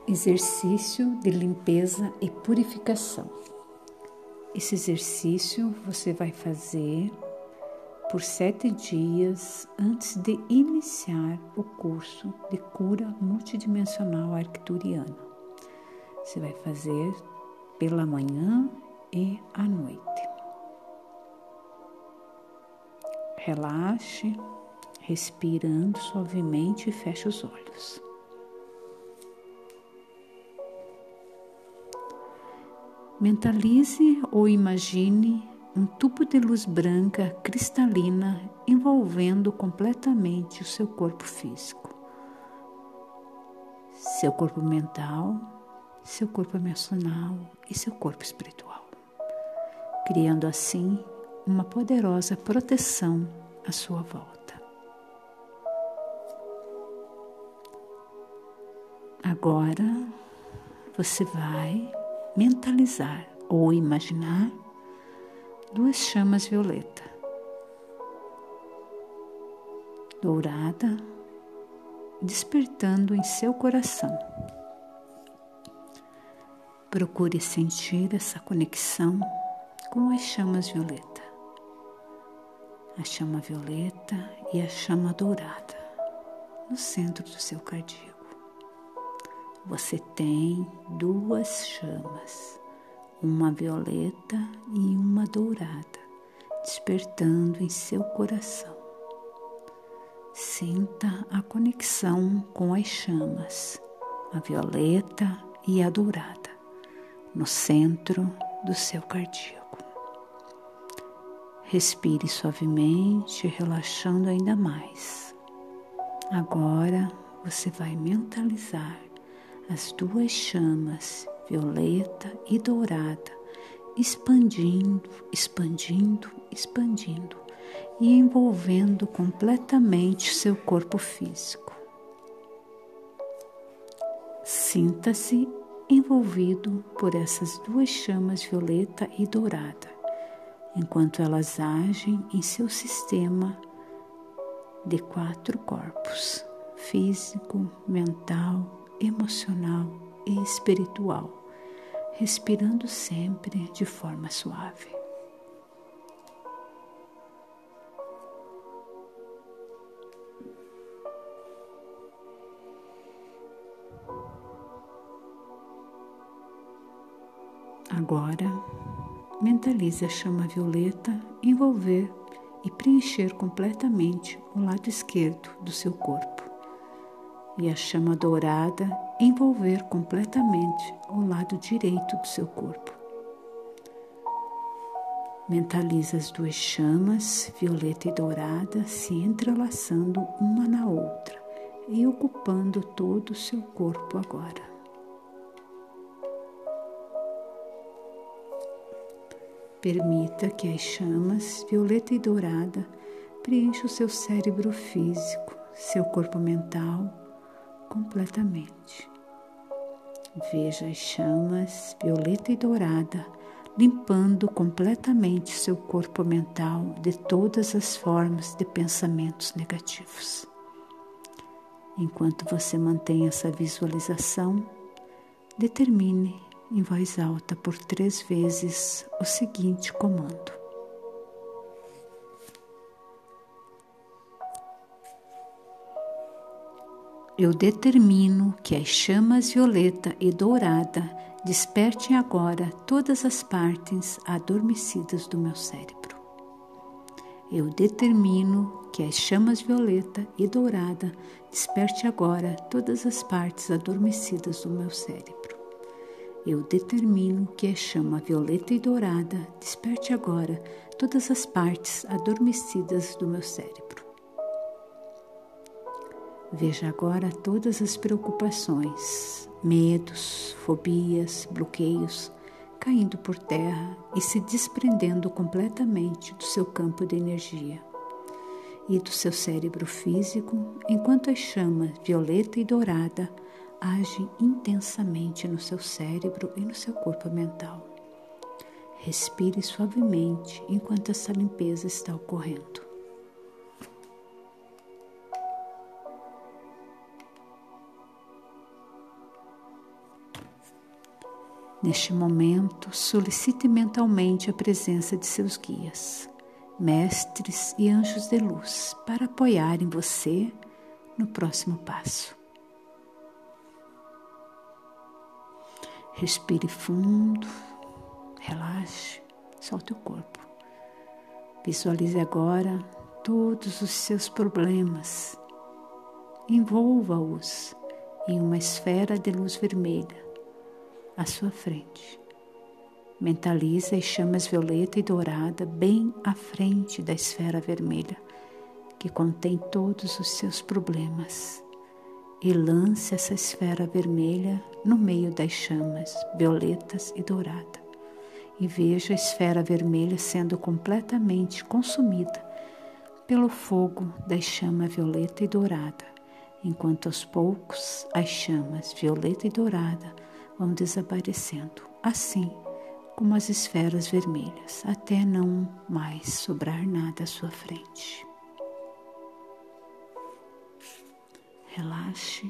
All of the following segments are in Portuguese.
Exercício de limpeza e purificação. Esse exercício você vai fazer por 7 dias antes de iniciar o curso de cura multidimensional arcturiana. Você vai fazer pela manhã e à noite. Relaxe, respirando suavemente e feche os olhos. Mentalize ou imagine um tubo de luz branca cristalina envolvendo completamente o seu corpo físico, seu corpo mental, seu corpo emocional e seu corpo espiritual, criando assim uma poderosa proteção à sua volta. Agora você vai mentalizar ou imaginar 2 chamas violeta, dourada, despertando em seu coração. Procure sentir essa conexão com as chamas violeta, a chama violeta e a chama dourada no centro do seu cardíaco. Você tem 2 chamas, uma violeta e uma dourada, despertando em seu coração. Sinta a conexão com as chamas, a violeta e a dourada, no centro do seu cardíaco. Respire suavemente, relaxando ainda mais. Agora você vai mentalizar as 2 chamas, violeta e dourada, expandindo, expandindo, expandindo e envolvendo completamente seu corpo físico. Sinta-se envolvido por essas 2 chamas, violeta e dourada, enquanto elas agem em seu sistema de 4 corpos: físico, mental, emocional e espiritual, respirando sempre de forma suave. Agora, mentalize a chama violeta envolver e preencher completamente o lado esquerdo do seu corpo, e a chama dourada envolver completamente o lado direito do seu corpo. Mentalize as 2 chamas, violeta e dourada, se entrelaçando uma na outra e ocupando todo o seu corpo agora. Permita que as chamas, violeta e dourada, preencham o seu cérebro físico, seu corpo mental, completamente. Veja as chamas, violeta e dourada, limpando completamente seu corpo mental de todas as formas de pensamentos negativos. Enquanto você mantém essa visualização, determine em voz alta por 3 vezes o seguinte comando: eu determino que as chamas violeta e dourada despertem agora todas as partes adormecidas do meu cérebro. Eu determino que as chamas violeta e dourada despertem agora todas as partes adormecidas do meu cérebro. Eu determino que a chama violeta e dourada desperte agora todas as partes adormecidas do meu cérebro. Veja agora todas as preocupações, medos, fobias, bloqueios caindo por terra e se desprendendo completamente do seu campo de energia e do seu cérebro físico, enquanto as chamas violeta e dourada agem intensamente no seu cérebro e no seu corpo mental. Respire suavemente enquanto essa limpeza está ocorrendo. Neste momento, solicite mentalmente a presença de seus guias, mestres e anjos de luz para apoiarem você no próximo passo. Respire fundo, relaxe, solte o corpo. Visualize agora todos os seus problemas. Envolva-os em uma esfera de luz vermelha à sua frente. Mentalize as chamas violeta e dourada bem à frente da esfera vermelha, que contém todos os seus problemas. E lance essa esfera vermelha no meio das chamas violetas e dourada. E veja a esfera vermelha sendo completamente consumida pelo fogo da chama violeta e dourada, enquanto aos poucos as chamas violeta e dourada vão desaparecendo, assim como as esferas vermelhas, até não mais sobrar nada à sua frente. Relaxe.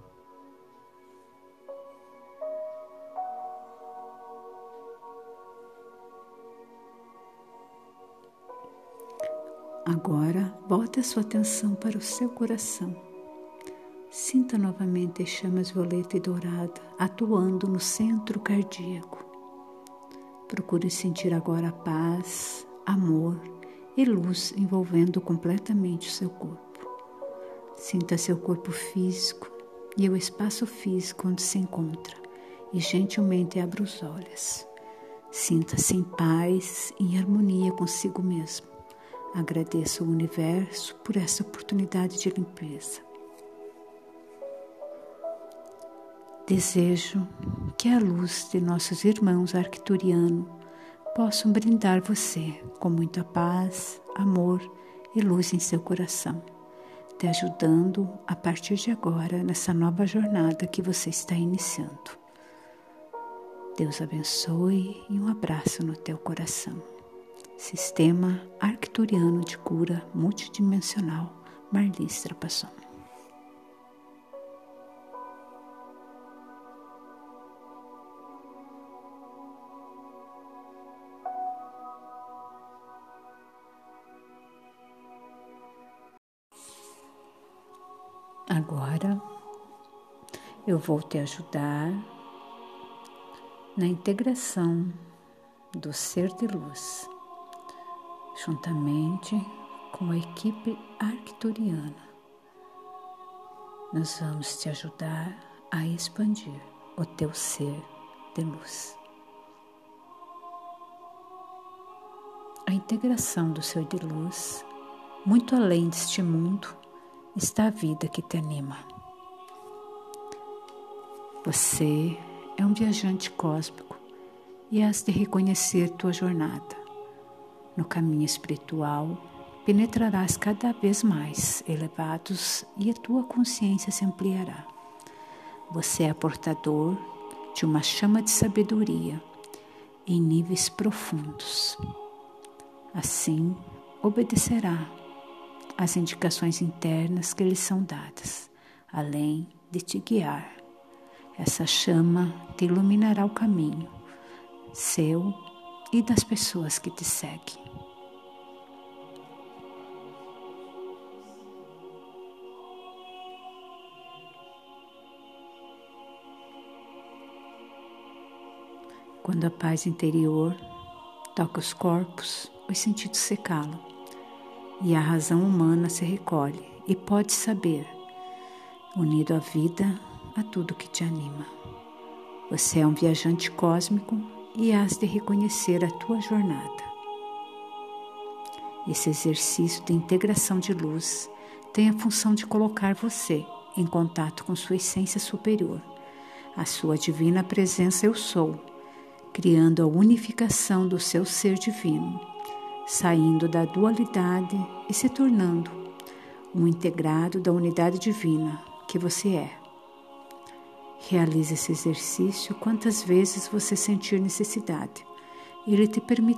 Agora, volte a sua atenção para o seu coração. Sinta novamente as chamas violeta e dourada atuando no centro cardíaco. Procure sentir agora a paz, amor e luz envolvendo completamente o seu corpo. Sinta seu corpo físico e o espaço físico onde se encontra e gentilmente abra os olhos. Sinta-se em paz, em harmonia consigo mesmo. Agradeça ao universo por essa oportunidade de limpeza. Desejo que a luz de nossos irmãos arcturianos possam brindar você com muita paz, amor e luz em seu coração, te ajudando a partir de agora nessa nova jornada que você está iniciando. Deus abençoe e um abraço no teu coração. Sistema Arcturiano de Cura Multidimensional, Marlis Trapasson. Agora eu vou te ajudar na integração do ser de luz, juntamente com a equipe arcturiana. Nós vamos te ajudar a expandir o teu ser de luz. A integração do ser de luz, muito além deste mundo, está a vida que te anima. Você é um viajante cósmico e has de reconhecer tua jornada. No caminho espiritual, penetrarás cada vez mais elevados e a tua consciência se ampliará. Você é portador de uma chama de sabedoria em níveis profundos. Assim, obedecerá às indicações internas que lhe são dadas, além de te guiar. Essa chama te iluminará o caminho, seu e das pessoas que te seguem. Quando a paz interior toca os corpos, os sentidos se calam e a razão humana se recolhe e pode saber, unido à vida, a tudo que te anima. Você é um viajante cósmico e has de reconhecer a tua jornada. Esse exercício de integração de luz tem a função de colocar você em contato com sua essência superior, a sua divina presença Eu Sou, criando a unificação do seu ser divino, saindo da dualidade e se tornando um integrado da unidade divina que você é. Realize esse exercício quantas vezes você sentir necessidade. Ele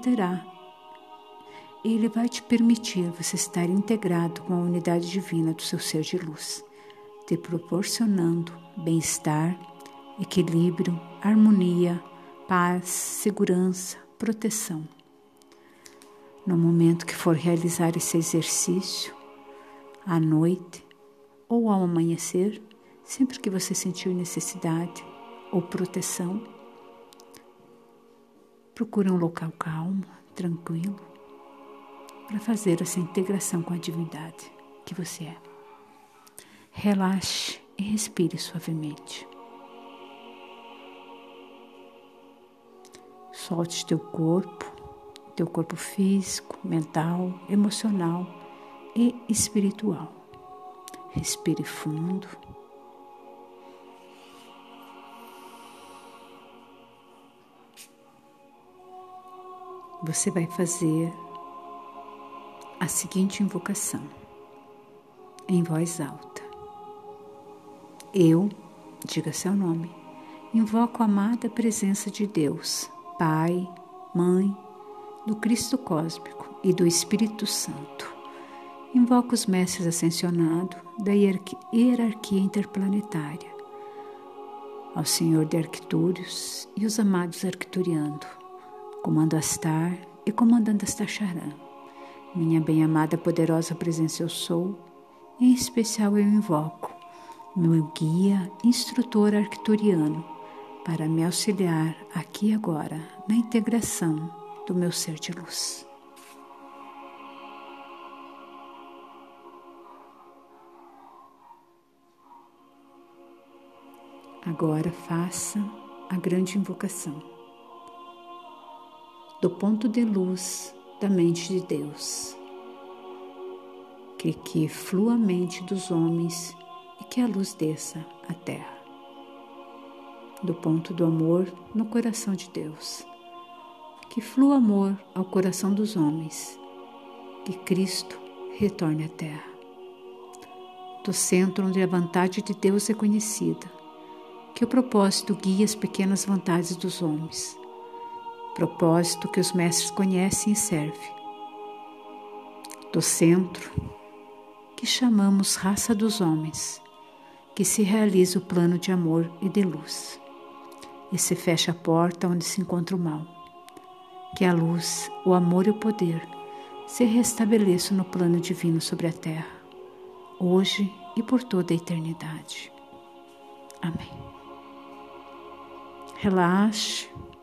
vai te permitir você estar integrado com a unidade divina do seu ser de luz, te proporcionando bem-estar, equilíbrio, harmonia, paz, segurança, proteção. No momento que for realizar esse exercício, à noite ou ao amanhecer, sempre que você sentir necessidade ou proteção, procure um local calmo, tranquilo, para fazer essa integração com a divindade que você é. Relaxe e respire suavemente. Solte teu corpo físico, mental, emocional e espiritual. Respire fundo. Você vai fazer a seguinte invocação, em voz alta. Eu, diga seu nome, invoco a amada presença de Deus, Pai, Mãe, do Cristo Cósmico e do Espírito Santo. Invoco os mestres ascensionados da hierarquia interplanetária, ao Senhor de Arctúrios e os amados arcturianos, Comando Astar e Comandante Astar-Charan. Minha bem-amada poderosa presença eu sou, em especial eu invoco meu guia, instrutor arcturiano, para me auxiliar aqui e agora na integração do meu ser de luz. Agora faça a grande invocação do ponto de luz da mente de Deus, que flua a mente dos homens e que a luz desça à terra. Do ponto do amor no coração de Deus, que flua amor ao coração dos homens, que Cristo retorne à terra. Do centro onde a vontade de Deus é conhecida, que o propósito guie as pequenas vontades dos homens, propósito que os mestres conhecem e servem. Do centro, que chamamos raça dos homens, que se realiza o plano de amor e de luz, e se fecha a porta onde se encontra o mal. Que a luz, o amor e o poder se restabeleçam no plano divino sobre a terra, hoje e por toda a eternidade. Amém. Relaxe.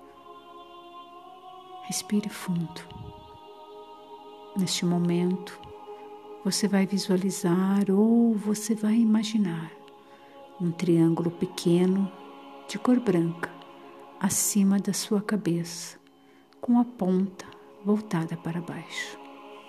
Respire fundo. Neste momento, você vai visualizar ou você vai imaginar um triângulo pequeno de cor branca acima da sua cabeça, com a ponta voltada para baixo.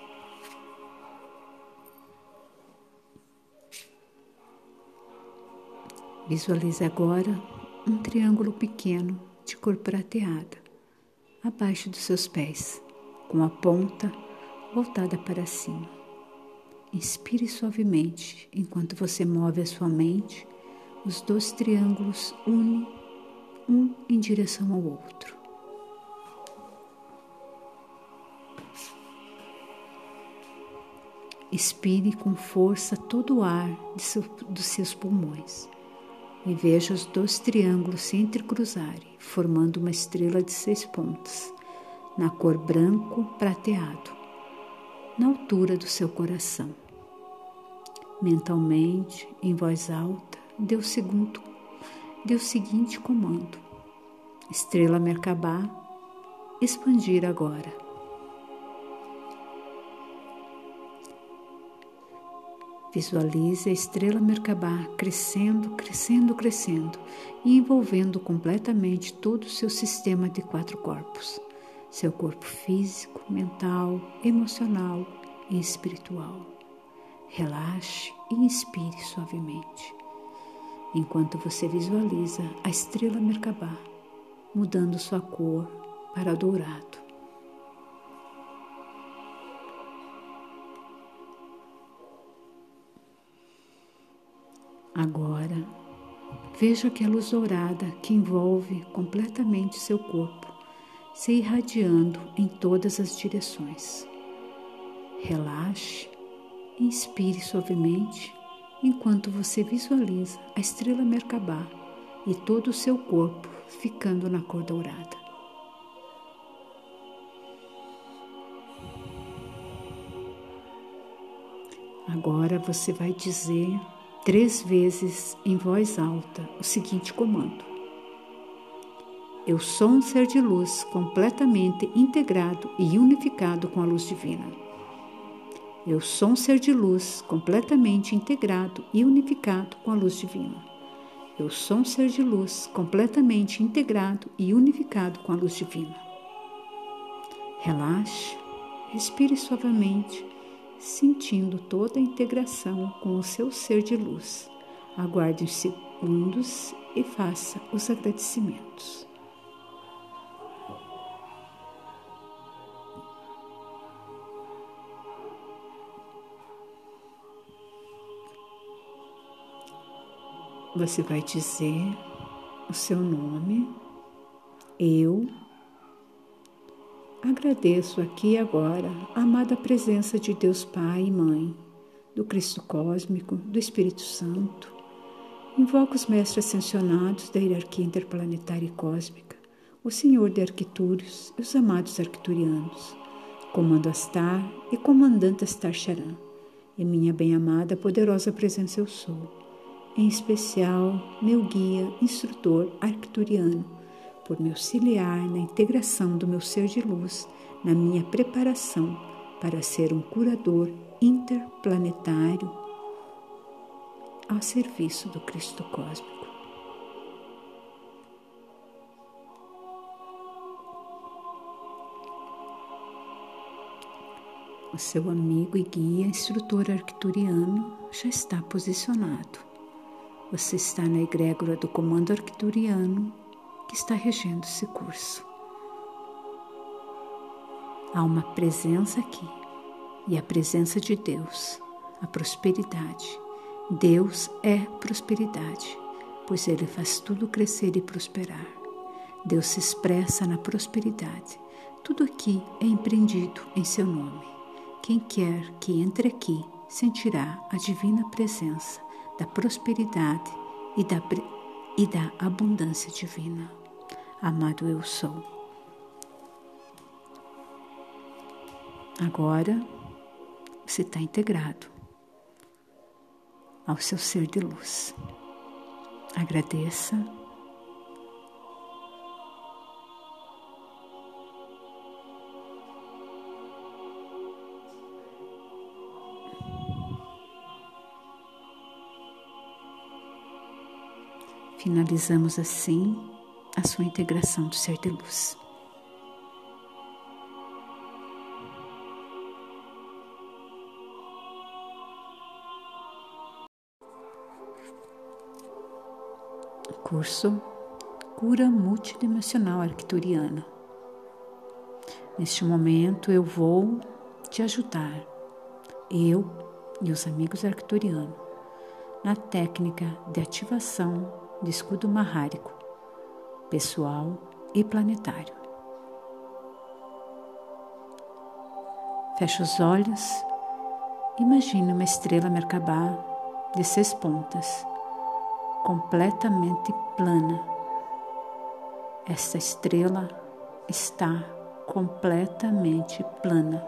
Visualize agora um triângulo pequeno de cor prateada abaixo dos seus pés, com a ponta voltada para cima. Inspire suavemente enquanto você move a sua mente. Os dois triângulos unem um em direção ao outro. Expire com força todo o ar dos seus pulmões e veja os dois triângulos se entrecruzarem, formando uma estrela de 6 pontas, na cor branco prateado, na altura do seu coração. Mentalmente, em voz alta, dê o seguinte comando: Estrela Merkabah, expandir agora. Visualize a estrela Merkabah crescendo, crescendo, crescendo e envolvendo completamente todo o seu sistema de 4 corpos, seu corpo físico, mental, emocional e espiritual. Relaxe e inspire suavemente, enquanto você visualiza a estrela Merkabah mudando sua cor para dourado. Agora, veja que a luz dourada que envolve completamente seu corpo se irradiando em todas as direções. Relaxe e inspire suavemente enquanto você visualiza a estrela Merkabah e todo o seu corpo ficando na cor dourada. Agora você vai dizer 3 vezes em voz alta o seguinte comando: eu sou um ser de luz completamente integrado e unificado com a luz divina. Eu sou um ser de luz completamente integrado e unificado com a luz divina. Eu sou um ser de luz completamente integrado e unificado com a luz divina. Relaxe, respire suavemente, sentindo toda a integração com o seu ser de luz. Aguarde uns segundos e faça os agradecimentos. Você vai dizer o seu nome. Eu agradeço aqui e agora a amada presença de Deus Pai e Mãe, do Cristo Cósmico, do Espírito Santo. Invoco os mestres ascensionados da hierarquia interplanetária e cósmica, o Senhor de Arquitúrios e os amados arquiturianos, Comando Astar e Comandante Astar Charan, e minha bem-amada poderosa presença eu sou. Em especial, meu guia, instrutor arcturiano, por me auxiliar na integração do meu ser de luz, na minha preparação para ser um curador interplanetário ao serviço do Cristo Cósmico. O seu amigo e guia, instrutor arcturiano, já está posicionado. Você está na egrégora do comando arcturiano que está regendo esse curso. Há uma presença aqui, e a presença de Deus, a prosperidade. Deus é prosperidade, pois Ele faz tudo crescer e prosperar. Deus se expressa na prosperidade. Tudo aqui é empreendido em seu nome. Quem quer que entre aqui sentirá a divina presença da prosperidade e da abundância divina. Amado eu sou. Agora você está integrado ao seu ser de luz. Agradeça. Finalizamos assim a sua integração do ser de luz. Curso Cura Multidimensional Arcturiana. Neste momento eu vou te ajudar, eu e os amigos arcturianos, na técnica de ativação de escudo marrárico, pessoal e planetário. Feche os olhos, imagine uma estrela Merkabah de 6 pontas, completamente plana. Esta estrela está completamente plana.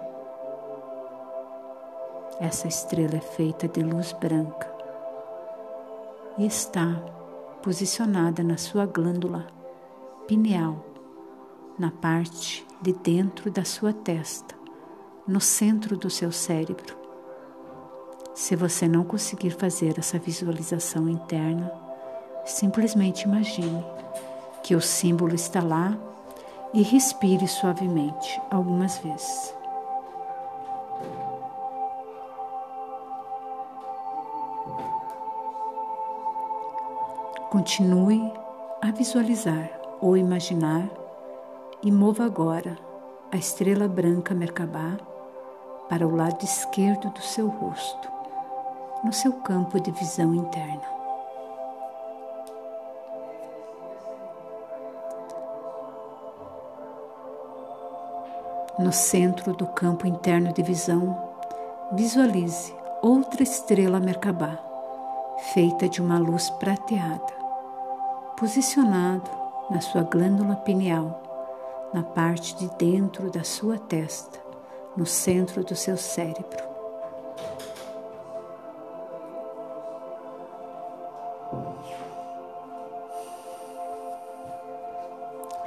Essa estrela é feita de luz branca e está posicionada na sua glândula pineal, na parte de dentro da sua testa, no centro do seu cérebro. Se você não conseguir fazer essa visualização interna, simplesmente imagine que o símbolo está lá e respire suavemente algumas vezes. Continue a visualizar ou imaginar e mova agora a estrela branca Merkabah para o lado esquerdo do seu rosto, no seu campo de visão interna. No centro do campo interno de visão, visualize outra estrela Merkabah, feita de uma luz prateada, posicionado na sua glândula pineal, na parte de dentro da sua testa, no centro do seu cérebro.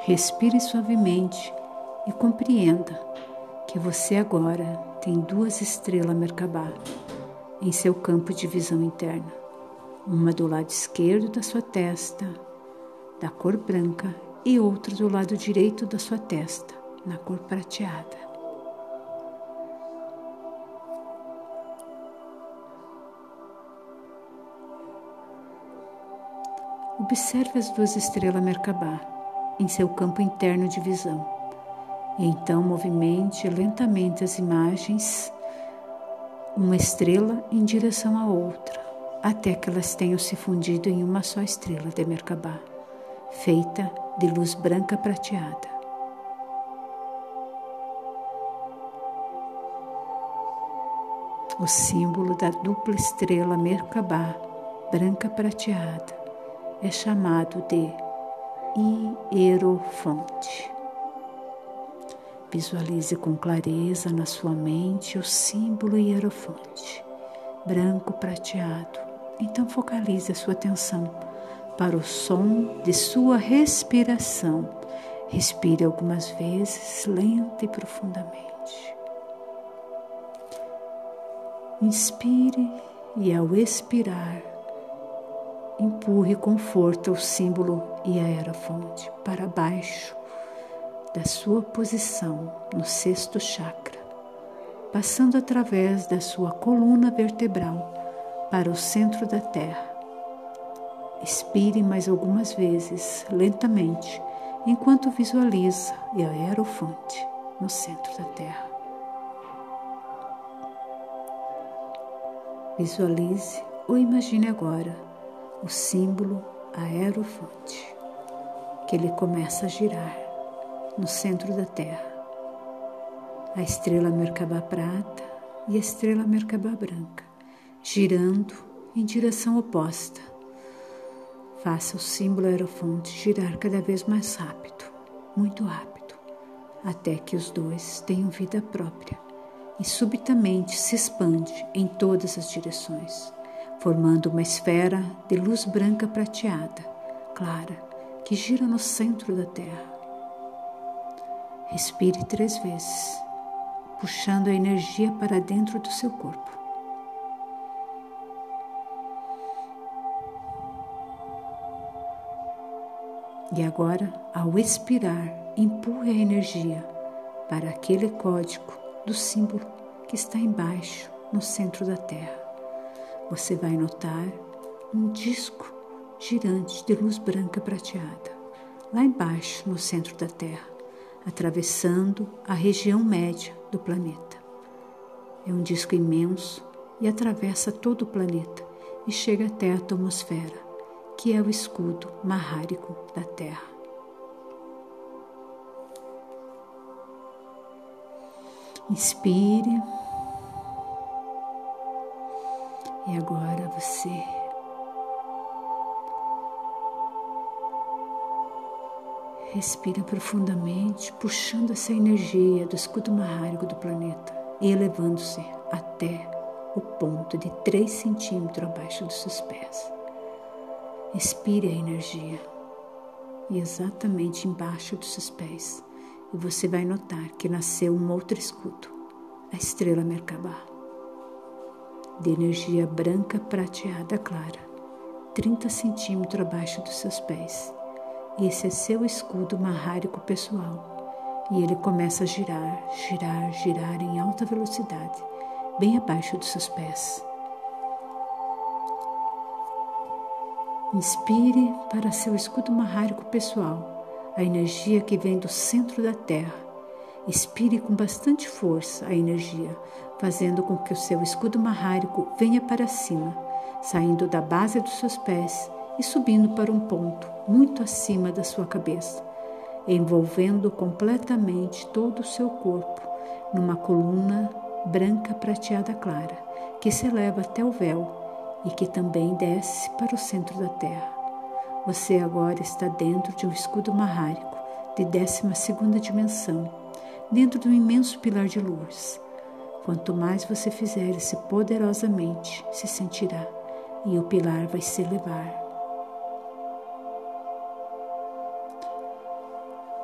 Respire suavemente e compreenda que você agora tem 2 estrelas Merkabah em seu campo de visão interna. Uma do lado esquerdo da sua testa, da cor branca, e outra do lado direito da sua testa, na cor prateada. Observe as 2 estrelas Merkabah em seu campo interno de visão. E então movimente lentamente as imagens, uma estrela em direção à outra, até que elas tenham se fundido em uma só estrela de Merkabah, feita de luz branca prateada. O símbolo da dupla estrela Merkabah, branca prateada, é chamado de Hierofonte. Visualize com clareza na sua mente o símbolo Hierofonte, branco prateado. Então focalize a sua atenção para o som de sua respiração. Respire algumas vezes, lenta e profundamente. Inspire e, ao expirar, empurre com força o símbolo Hierofonte para baixo da sua posição no 6º chakra, passando através da sua coluna vertebral para o centro da Terra. Expire mais algumas vezes, lentamente, enquanto visualiza o Hierofonte no centro da Terra. Visualize ou imagine agora o símbolo Hierofonte, que ele começa a girar no centro da Terra. A estrela Merkabah prata e a estrela Merkabah branca, girando em direção oposta. Faça o símbolo Hierofonte girar cada vez mais rápido, muito rápido, até que os 2 tenham vida própria e subitamente se expande em todas as direções, formando uma esfera de luz branca prateada, clara, que gira no centro da Terra. Respire 3 vezes, puxando a energia para dentro do seu corpo. E agora, ao expirar, empurre a energia para aquele código do símbolo que está embaixo, no centro da Terra. Você vai notar um disco girante de luz branca prateada, lá embaixo, no centro da Terra, atravessando a região média do planeta. É um disco imenso e atravessa todo o planeta e chega até a atmosfera, que é o escudo marrárico da Terra. Inspire. E agora você respira profundamente, puxando essa energia do escudo marrárico do planeta e elevando-se até o ponto de 3 centímetros abaixo dos seus pés. Expire a energia e exatamente embaixo dos seus pés, e você vai notar que nasceu um outro escudo, a estrela Merkabah, de energia branca prateada clara, 30 centímetros abaixo dos seus pés. Esse é seu escudo marrárico pessoal, e ele começa a girar, girar, girar em alta velocidade, bem abaixo dos seus pés. Inspire para seu escudo marrárico pessoal, a energia que vem do centro da Terra. Expire com bastante força a energia, fazendo com que o seu escudo marrárico venha para cima, saindo da base dos seus pés e subindo para um ponto muito acima da sua cabeça, envolvendo completamente todo o seu corpo numa coluna branca prateada clara, que se eleva até o véu e que também desce para o centro da Terra. Você agora está dentro de um escudo marrárico de 12ª dimensão, dentro de um imenso pilar de luz. Quanto mais você fizer isso poderosamente, se sentirá, e o pilar vai se elevar.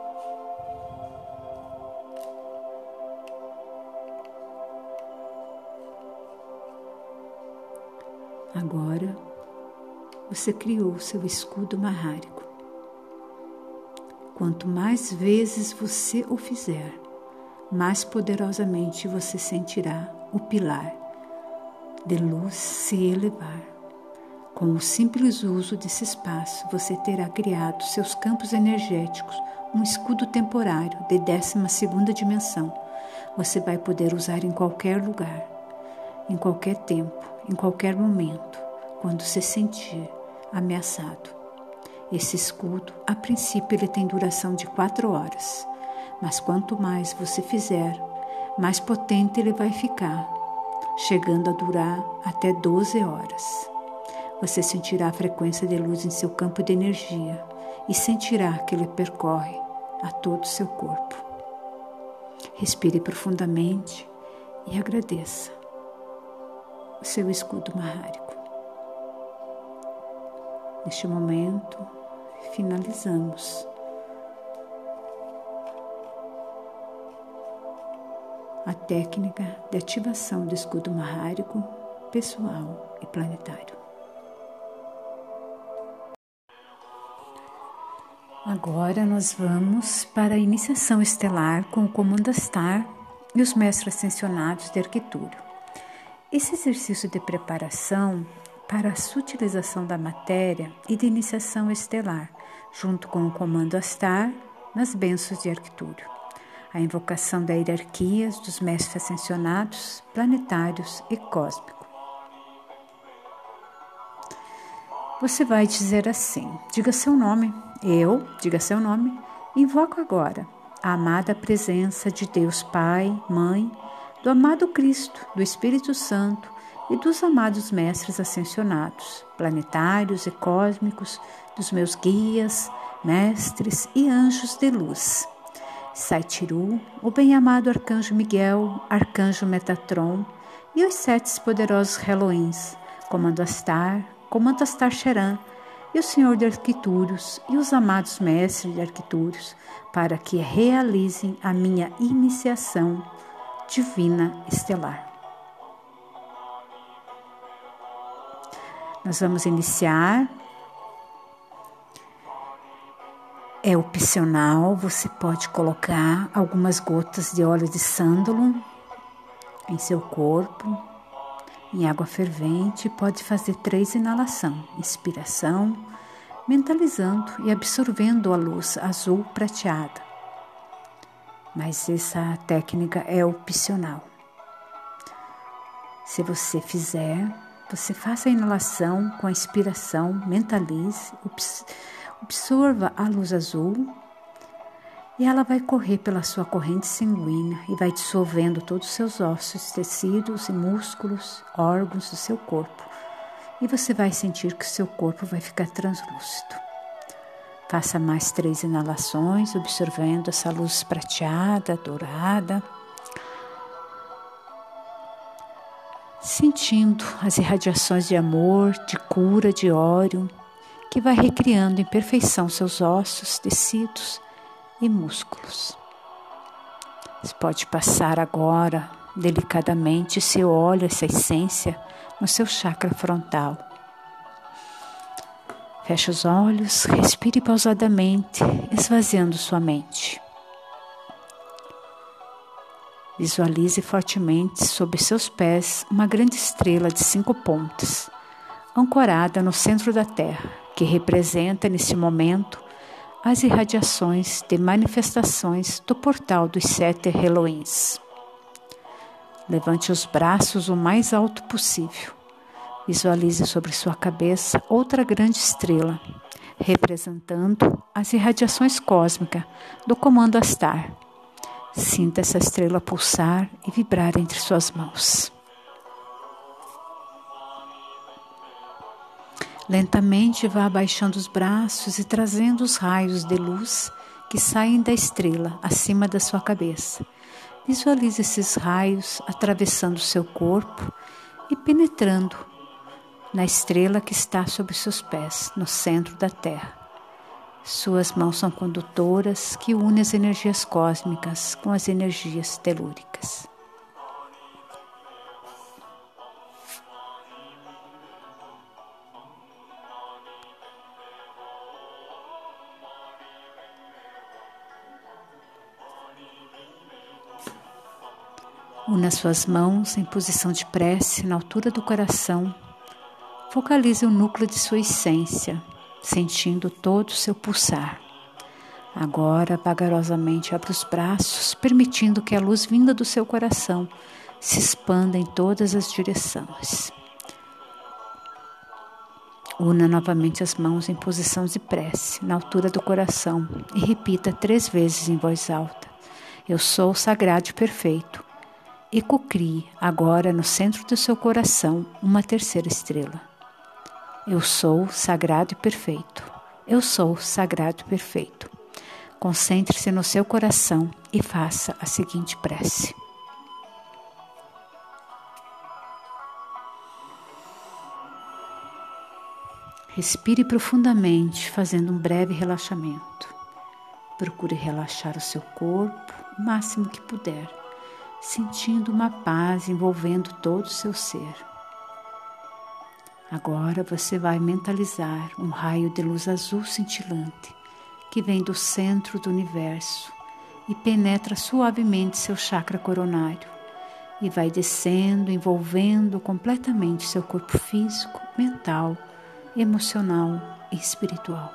Agora, você criou seu escudo marrárico. Quanto mais vezes você o fizer, mais poderosamente você sentirá o pilar de luz se elevar. Com o simples uso desse espaço, você terá criado seus campos energéticos, um escudo temporário de 12ª dimensão. Você vai poder usar em qualquer lugar, em qualquer tempo, em qualquer momento, quando se sentir ameaçado. Esse escudo, a princípio, ele tem duração de 4 horas, mas quanto mais você fizer, mais potente ele vai ficar, chegando a durar até 12 horas. Você sentirá a frequência de luz em seu campo de energia e sentirá que ele percorre a todo o seu corpo. Respire profundamente e agradeça o seu escudo marrárico. Neste momento, finalizamos a técnica de ativação do escudo marrárico pessoal e planetário. Agora nós vamos para a iniciação estelar com o Comando Astar e os Mestres Ascensionados de Arquitúrio. Esse exercício de preparação para a sutilização da matéria e de iniciação estelar, junto com o Comando Astar nas bênçãos de Arquitúrio. A invocação da hierarquia dos Mestres Ascensionados, planetários e cósmicos. Você vai dizer assim, diga seu nome. Diga seu nome, invoco agora a amada presença de Deus Pai, Mãe, do amado Cristo, do Espírito Santo e dos amados Mestres Ascensionados, planetários e cósmicos, dos meus guias, mestres e anjos de luz. Saitiru, o bem-amado Arcanjo Miguel, Arcanjo Metatron e os 7 poderosos Elohims, Comando Astar Sheran, e o Senhor de Arquitúrios e os amados mestres de Arquitúrios, para que realizem a minha iniciação divina estelar. Nós vamos iniciar. É opcional, você pode colocar algumas gotas de óleo de sândalo em seu corpo, em água fervente, pode fazer 3 inalações, inspiração, mentalizando e absorvendo a luz azul prateada. Mas essa técnica é opcional. Se você fizer, você faça a inalação com a inspiração, mentalize, absorva a luz azul e ela vai correr pela sua corrente sanguínea e vai dissolvendo todos os seus ossos, tecidos e músculos, órgãos do seu corpo. E você vai sentir que o seu corpo vai ficar translúcido. Faça mais 3 inalações, absorvendo essa luz prateada, dourada. Sentindo as irradiações de amor, de cura, de Órion, que vai recriando em perfeição seus ossos, tecidos e músculos. Você pode passar agora delicadamente seu óleo, essa essência, no seu chakra frontal. Feche os olhos, respire pausadamente, esvaziando sua mente. Visualize fortemente sob seus pés uma grande estrela de 5 pontas, ancorada no centro da Terra, que representa nesse momento as irradiações de manifestações do portal dos 7 Elohims. Levante os braços o mais alto possível. Visualize sobre sua cabeça outra grande estrela, representando as irradiações cósmicas do Comando Astar. Sinta essa estrela pulsar e vibrar entre suas mãos. Lentamente vá abaixando os braços e trazendo os raios de luz que saem da estrela acima da sua cabeça. Visualize esses raios atravessando seu corpo e penetrando na estrela que está sob seus pés, no centro da Terra. Suas mãos são condutoras que unem as energias cósmicas com as energias telúricas. Una suas mãos em posição de prece na altura do coração. Focalize o núcleo de sua essência, sentindo todo o seu pulsar. Agora, vagarosamente, abra os braços, permitindo que a luz vinda do seu coração se expanda em todas as direções. Una novamente as mãos em posição de prece, na altura do coração, e repita 3 vezes em voz alta: Eu sou sagrado e perfeito. E cocrie agora no centro do seu coração uma 3ª estrela. Eu sou sagrado e perfeito. Eu sou sagrado e perfeito. Concentre-se no seu coração e faça a seguinte prece. Respire profundamente, fazendo um breve relaxamento. Procure relaxar o seu corpo o máximo que puder, sentindo uma paz envolvendo todo o seu ser. Agora você vai mentalizar um raio de luz azul cintilante que vem do centro do universo e penetra suavemente seu chakra coronário e vai descendo, envolvendo completamente seu corpo físico, mental, emocional e espiritual.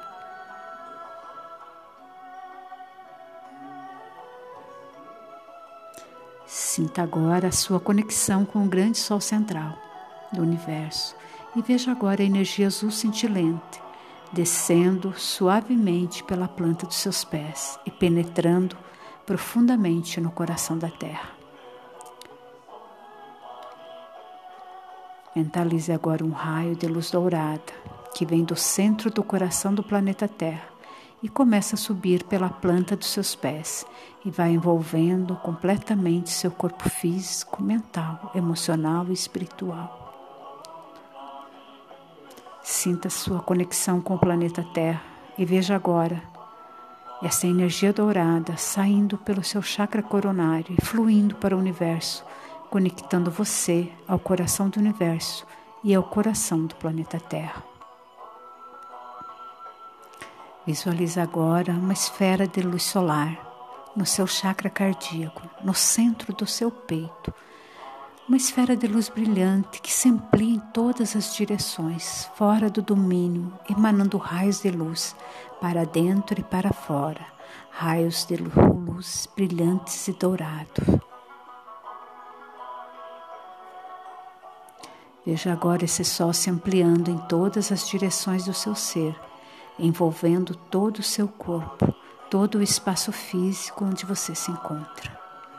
Sinta agora a sua conexão com o grande sol central do universo e veja agora a energia azul cintilante descendo suavemente pela planta dos seus pés e penetrando profundamente no coração da Terra. Mentalize agora um raio de luz dourada que vem do centro do coração do planeta Terra e começa a subir pela planta dos seus pés e vai envolvendo completamente seu corpo físico, mental, emocional e espiritual. Sinta sua conexão com o planeta Terra e veja agora essa energia dourada saindo pelo seu chakra coronário e fluindo para o universo, conectando você ao coração do universo e ao coração do planeta Terra. Visualize agora uma esfera de luz solar no seu chakra cardíaco, no centro do seu peito. Uma esfera de luz brilhante que se amplia em todas as direções, fora do domínio, emanando raios de luz para dentro e para fora, raios de luz brilhantes e dourados. Veja agora esse sol se ampliando em todas as direções do seu ser, envolvendo todo o seu corpo, todo o espaço físico onde você se encontra.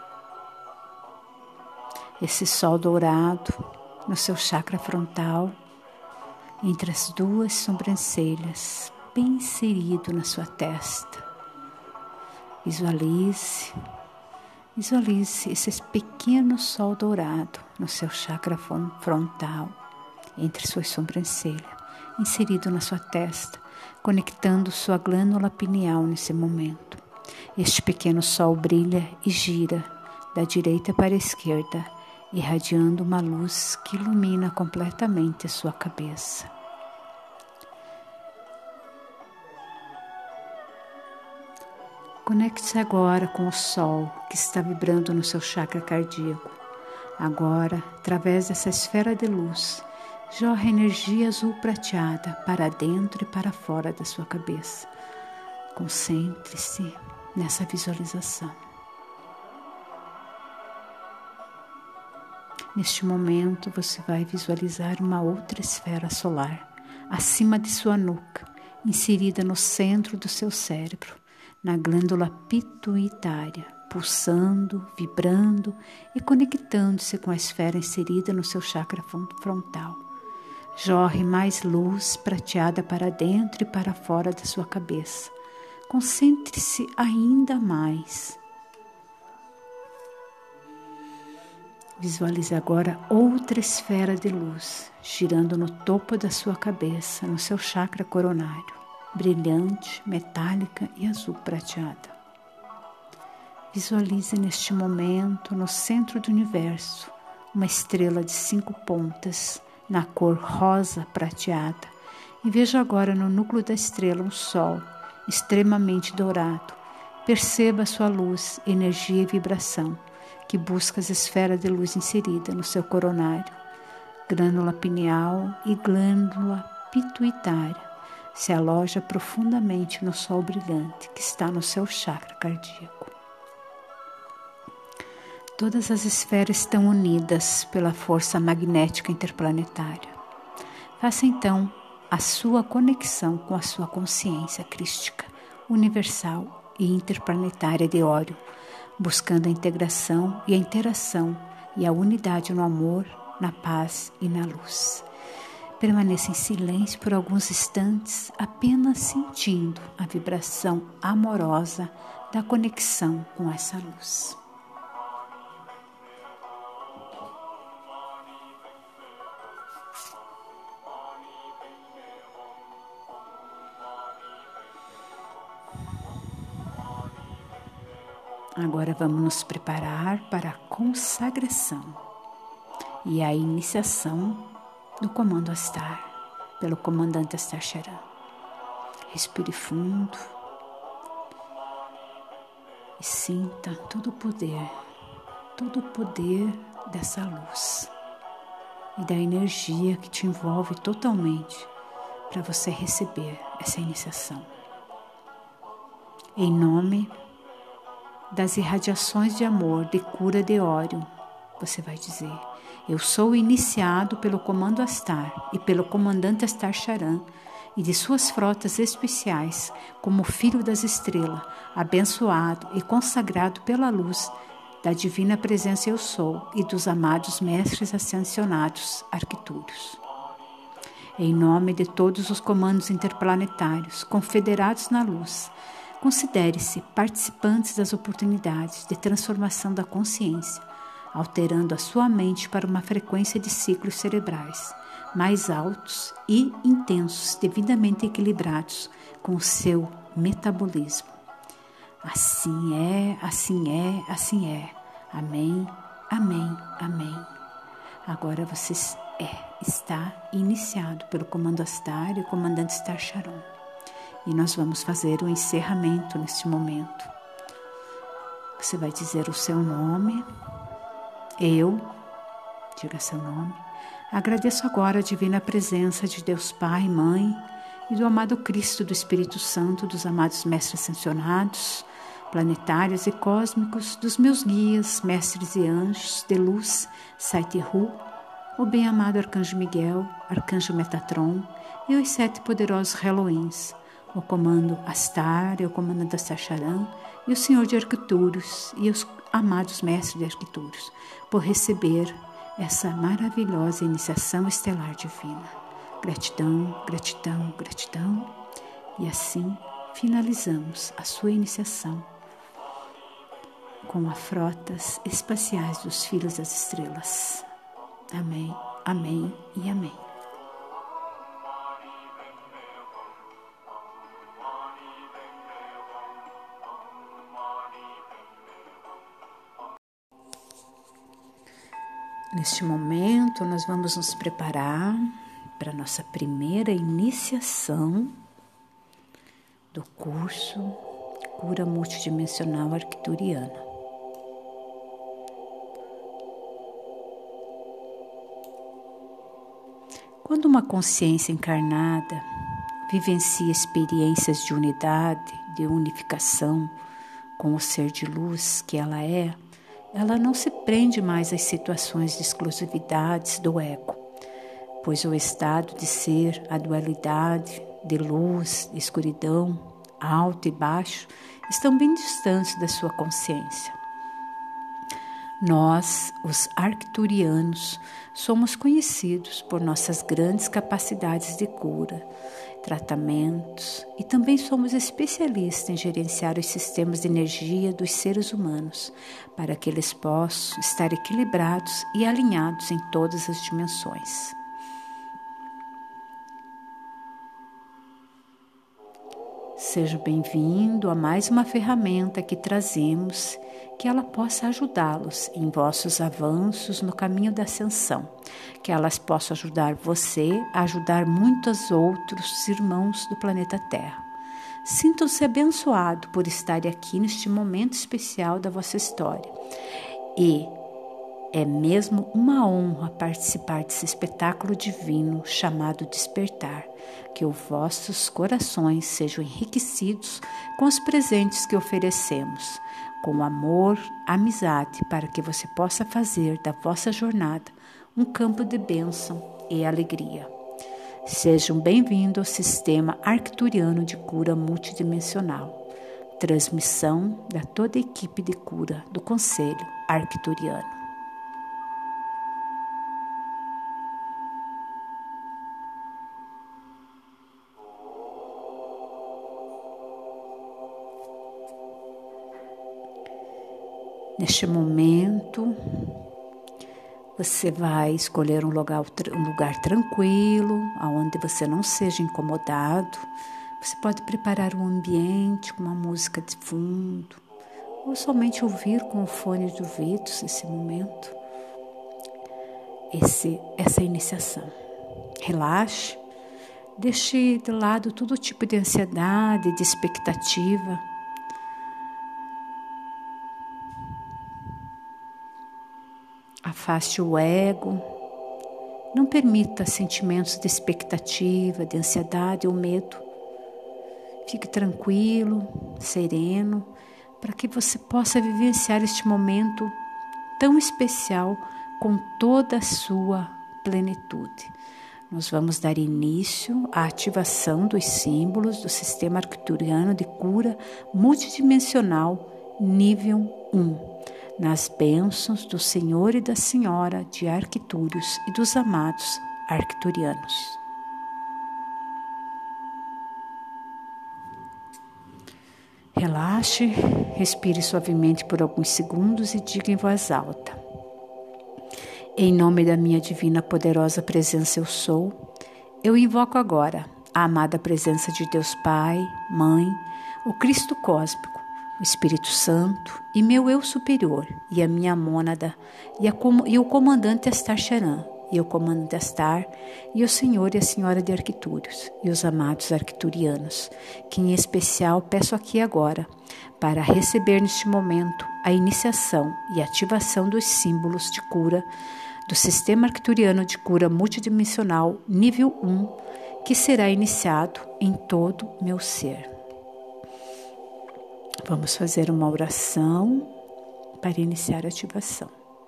Esse sol dourado no seu chakra frontal, entre as 2 sobrancelhas, bem inserido na sua testa. Visualize esse pequeno sol dourado no seu chakra frontal, entre suas sobrancelhas, inserido na sua testa, conectando sua glândula pineal nesse momento. Este pequeno sol brilha e gira da direita para a esquerda, irradiando uma luz que ilumina completamente a sua cabeça. Conecte-se agora com o sol que está vibrando no seu chakra cardíaco. Agora, através dessa esfera de luz, jorra energia azul prateada para dentro e para fora da sua cabeça. Concentre-se nessa visualização. Neste momento, você vai visualizar uma outra esfera solar, acima de sua nuca, inserida no centro do seu cérebro, na glândula pituitária, pulsando, vibrando e conectando-se com a esfera inserida no seu chakra frontal. Jorre mais luz prateada para dentro e para fora da sua cabeça. Concentre-se ainda mais. Visualize agora outra esfera de luz, girando no topo da sua cabeça, no seu chakra coronário, brilhante, metálica e azul prateada. Visualize neste momento, no centro do universo, uma estrela de 5 pontas, na cor rosa prateada, e veja agora no núcleo da estrela um sol extremamente dourado. Perceba sua luz, energia e vibração, que busca as esferas de luz inserida no seu coronário, glândula pineal e glândula pituitária, se aloja profundamente no sol brilhante que está no seu chakra cardíaco. Todas as esferas estão unidas pela força magnética interplanetária. Faça então a sua conexão com a sua consciência crística, universal e interplanetária de Órion, buscando a integração e a interação e a unidade no amor, na paz e na luz. Permaneça em silêncio por alguns instantes, apenas sentindo a vibração amorosa da conexão com essa luz. Agora vamos nos preparar para a consagração e a iniciação do comando Astar, pelo comandante Astar Charan. Respire fundo e sinta todo o poder dessa luz e da energia que te envolve totalmente para você receber essa iniciação. Em nome das irradiações de amor, de cura de Órion, você vai dizer: eu sou iniciado pelo comando Astar e pelo comandante Astar Charan e de suas frotas especiais, como filho das estrelas, abençoado e consagrado pela luz da divina presença eu sou e dos amados mestres ascensionados arquitúrios. Em nome de todos os comandos interplanetários confederados na luz, considere-se participantes das oportunidades de transformação da consciência, alterando a sua mente para uma frequência de ciclos cerebrais mais altos e intensos, devidamente equilibrados com o seu metabolismo. Assim é, assim é, assim é. Amém, amém, amém. Agora você está iniciado pelo comando Astar e o comandante Astar Charan. E nós vamos fazer o encerramento neste momento. Você vai dizer o seu nome. Diga seu nome. Agradeço agora a divina presença de Deus Pai, Mãe e do amado Cristo, do Espírito Santo, dos amados mestres ascensionados, planetários e cósmicos, dos meus guias, mestres e anjos de luz, Saitirru, o bem-amado Arcanjo Miguel, Arcanjo Metatron e os 7 poderosos Elohims, o comando Astar e o comandante Astar Charan e o Senhor de Arquitúrios e os amados mestres de Arquitúrios, por receber essa maravilhosa iniciação estelar divina. Gratidão, gratidão, gratidão. E assim finalizamos a sua iniciação com as frotas espaciais dos Filhos das Estrelas. Amém, amém e amém. Neste momento, nós vamos nos preparar para a nossa primeira iniciação do curso Cura Multidimensional Arcturiana. Quando uma consciência encarnada vivencia experiências de unidade, de unificação com o ser de luz que ela não se prende mais às situações de exclusividades do ego, pois o estado de ser, a dualidade de luz, de escuridão, alto e baixo, estão bem distantes da sua consciência. Nós, os arcturianos, somos conhecidos por nossas grandes capacidades de cura, tratamentos e também somos especialistas em gerenciar os sistemas de energia dos seres humanos para que eles possam estar equilibrados e alinhados em todas as dimensões. Seja bem-vindo a mais uma ferramenta que trazemos, que ela possa ajudá-los em vossos avanços no caminho da ascensão, que elas possam ajudar você a ajudar muitos outros irmãos do planeta Terra. Sintam-se abençoados por estarem aqui neste momento especial da vossa história E é mesmo uma honra participar desse espetáculo divino chamado Despertar. Que os vossos corações sejam enriquecidos com os presentes que oferecemos, com amor, amizade, para que você possa fazer da vossa jornada um campo de bênção e alegria. Sejam bem-vindos ao Sistema Arcturiano de Cura Multidimensional. Transmissão da toda a equipe de cura do Conselho Arcturiano. Neste momento, você vai escolher um lugar tranquilo, onde você não seja incomodado. Você pode preparar um ambiente com uma música de fundo, ou somente ouvir com o fone de ouvidos nesse momento, essa iniciação. Relaxe, deixe de lado todo tipo de ansiedade, de expectativa. Afaste o ego, não permita sentimentos de expectativa, de ansiedade ou medo. Fique tranquilo, sereno, para que você possa vivenciar este momento tão especial com toda a sua plenitude. Nós vamos dar início à ativação dos símbolos do Sistema Arcturiano de Cura Multidimensional nível 1. Nas bênçãos do Senhor e da Senhora de Arctúrios e dos amados arcturianos. Relaxe, respire suavemente por alguns segundos e diga em voz alta: em nome da minha divina poderosa presença eu sou, eu invoco agora a amada presença de Deus Pai, Mãe, o Cristo Cósmico, o Espírito Santo e meu eu superior, e a minha mônada, e o comandante Astar Charan, e o comandante Astar, e o Senhor e a Senhora de Arctúrios, e os amados arcturianos, que em especial peço aqui agora, para receber neste momento a iniciação e ativação dos símbolos de cura do Sistema Arcturiano de Cura Multidimensional nível 1, que será iniciado em todo meu ser. Vamos fazer uma oração para iniciar a ativação.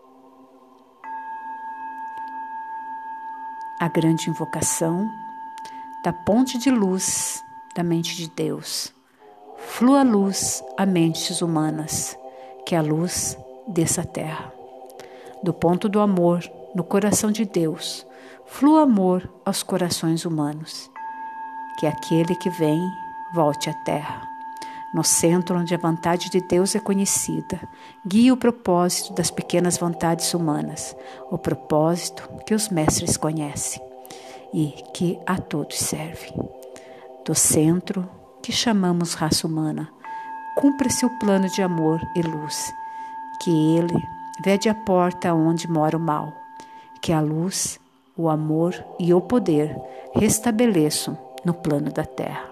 A grande invocação da ponte de luz da mente de Deus. Flua luz a mentes humanas, que a luz desça à terra. Do ponto do amor no coração de Deus, flua amor aos corações humanos. Que aquele que vem volte à terra. No centro onde a vontade de Deus é conhecida, guia o propósito das pequenas vontades humanas, o propósito que os mestres conhecem e que a todos serve. Do centro que chamamos raça humana, cumpra seu plano de amor e luz, que ele vede a porta onde mora o mal, que a luz, o amor e o poder restabeleçam no plano da terra.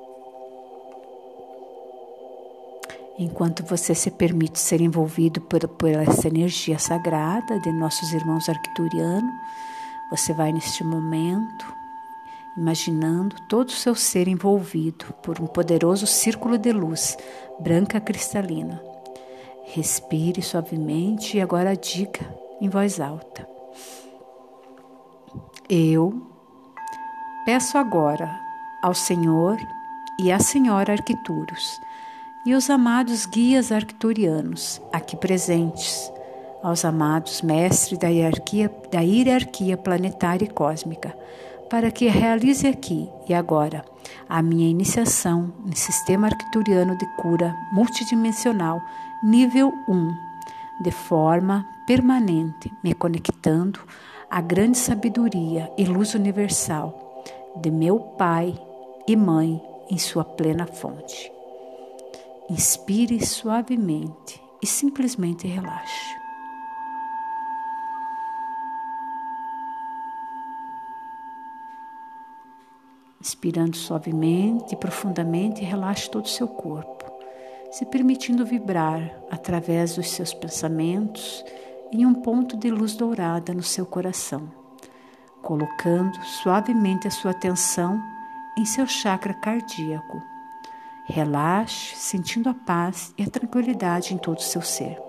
Enquanto você se permite ser envolvido por essa energia sagrada de nossos irmãos arcturianos, você vai neste momento imaginando todo o seu ser envolvido por um poderoso círculo de luz branca cristalina. Respire suavemente e agora diga em voz alta: eu peço agora ao Senhor e à Senhora Arctúrios e os amados guias arcturianos aqui presentes, aos amados mestres da hierarquia planetária e cósmica, para que realize aqui e agora a minha iniciação no Sistema Arcturiano de Cura Multidimensional nível 1, de forma permanente, me conectando à grande sabedoria e luz universal de meu Pai e Mãe em sua plena fonte. Inspire suavemente e simplesmente relaxe. Inspirando suavemente e profundamente, relaxe todo o seu corpo. se permitindo vibrar através dos seus pensamentos em um ponto de luz dourada no seu coração, colocando suavemente a sua atenção em seu chakra cardíaco. Relaxe, sentindo a paz e a tranquilidade em todo o seu ser.